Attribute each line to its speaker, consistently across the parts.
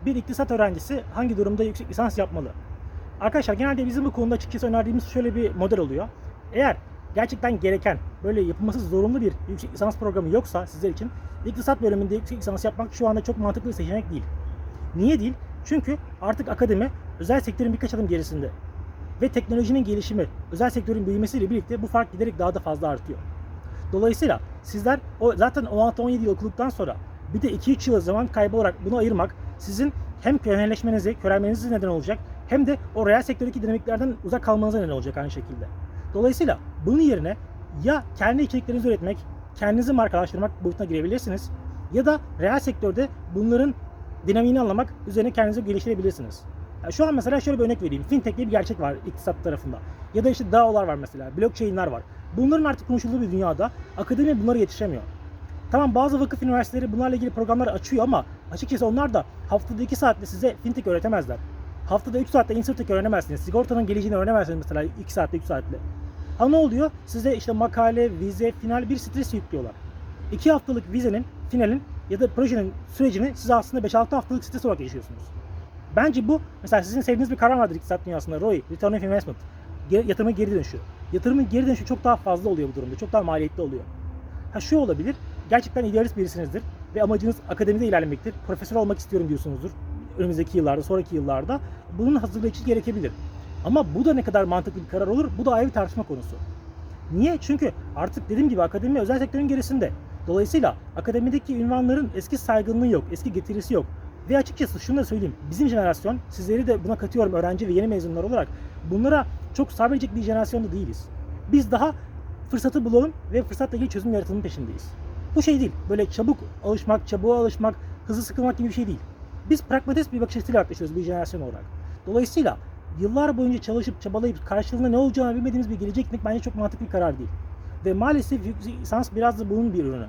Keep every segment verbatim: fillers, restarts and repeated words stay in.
Speaker 1: bir iktisat öğrencisi hangi durumda yüksek lisans yapmalı? Arkadaşlar genelde bizim bu konuda açıkçası önerdiğimiz şöyle bir model oluyor. Eğer gerçekten gereken, böyle yapılması zorunlu bir yüksek lisans programı yoksa sizler için iktisat bölümünde yüksek lisans yapmak şu anda çok mantıklı bir seçenek değil. Niye değil? Çünkü artık akademi özel sektörün birkaç adım gerisinde. Ve teknolojinin gelişimi, özel sektörün büyümesiyle birlikte bu fark giderek daha da fazla artıyor. Dolayısıyla sizler o zaten on altı on yedi yıl okuduktan sonra bir de iki üç yıl zaman kaybı olarak bunu ayırmak sizin hem köhneleşmenize, körelmenize neden olacak hem de o reel sektördeki dinamiklerden uzak kalmanıza neden olacak aynı şekilde. Dolayısıyla bunun yerine ya kendi içeriklerinizi üretmek, kendinizi markalaştırmak boyutuna girebilirsiniz ya da reel sektörde bunların dinamiğini anlamak üzerine kendinizi geliştirebilirsiniz. Yani şu an mesela şöyle bir örnek vereyim. Fintech diye bir gerçek var iktisat tarafında. Ya da işte D A O'lar var mesela, blockchain'ler var. Bunların artık konuşulduğu bir dünyada akademi bunlara yetişemiyor. Tamam bazı vakıf üniversiteleri bunlarla ilgili programlar açıyor ama açıkçası onlar da haftada iki saatte size fintech öğretemezler. Haftada üç saatte insurtech öğrenemezsiniz. Sigortanın geleceğini öğrenemezsiniz mesela iki saatte üç saatte. Ha ne oluyor? Size işte makale, vize, final bir stres yüklüyorlar. iki haftalık vizenin, finalin ya da projenin sürecini siz aslında beş altı haftalık stres olarak yaşıyorsunuz. Bence bu, mesela sizin sevdiğiniz bir kavram vardır iktisat dünyasında, R O I, Return of Investment. Yatırımın geri dönüşü. Yatırımın geri dönüşü çok daha fazla oluyor bu durumda, çok daha maliyetli oluyor. Ha şu olabilir, gerçekten idealist birisinizdir ve amacınız akademide ilerlemektir, profesör olmak istiyorum diyorsunuzdur önümüzdeki yıllarda, sonraki yıllarda. Bunun hazırlığı için gerekebilir. Ama bu da ne kadar mantıklı bir karar olur, bu da ayrı bir tartışma konusu. Niye? Çünkü artık dediğim gibi akademi özel sektörün gerisinde. Dolayısıyla akademideki ünvanların eski saygınlığı yok, eski getirisi yok. Ve açıkçası şunu da söyleyeyim, bizim jenerasyon, sizleri de buna katıyorum öğrenci ve yeni mezunlar olarak, bunlara çok sabredecek bir jenerasyonda değiliz. Biz daha fırsatı bulalım ve fırsatla ilgili çözüm yaratımının peşindeyiz. Bu şey değil, böyle çabuk alışmak, çabuğa alışmak, hızlı sıkılmak gibi bir şey değil. Biz pragmatist bir bakış açısıyla yaklaşıyoruz bir jenerasyon olarak. Dolayısıyla yıllar boyunca çalışıp çabalayıp karşılığında ne olacağını bilmediğimiz bir gelecek gitmek bence çok mantıklı bir karar değil. Ve maalesef yüksek lisans biraz da bunun bir ürünü.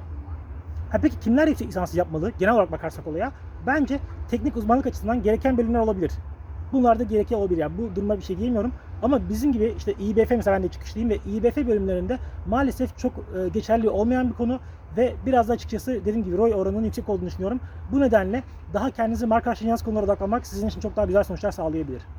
Speaker 1: Ha peki kimler yüksek lisans yapmalı? Genel olarak bakarsak olaya, bence teknik uzmanlık açısından gereken bölümler olabilir. Bunlar da gereken olabilir. Yani bu duruma bir şey diyemiyorum. Ama bizim gibi işte İBF mesela ben de çıkışlıyım ve İBF bölümlerinde maalesef çok e, geçerli olmayan bir konu ve biraz da açıkçası dediğim gibi R O I oranının yüksek olduğunu düşünüyorum. Bu nedenle daha kendinizi markalaştıracağınız konulara odaklanmak sizin için çok daha güzel sonuçlar sağlayabilir.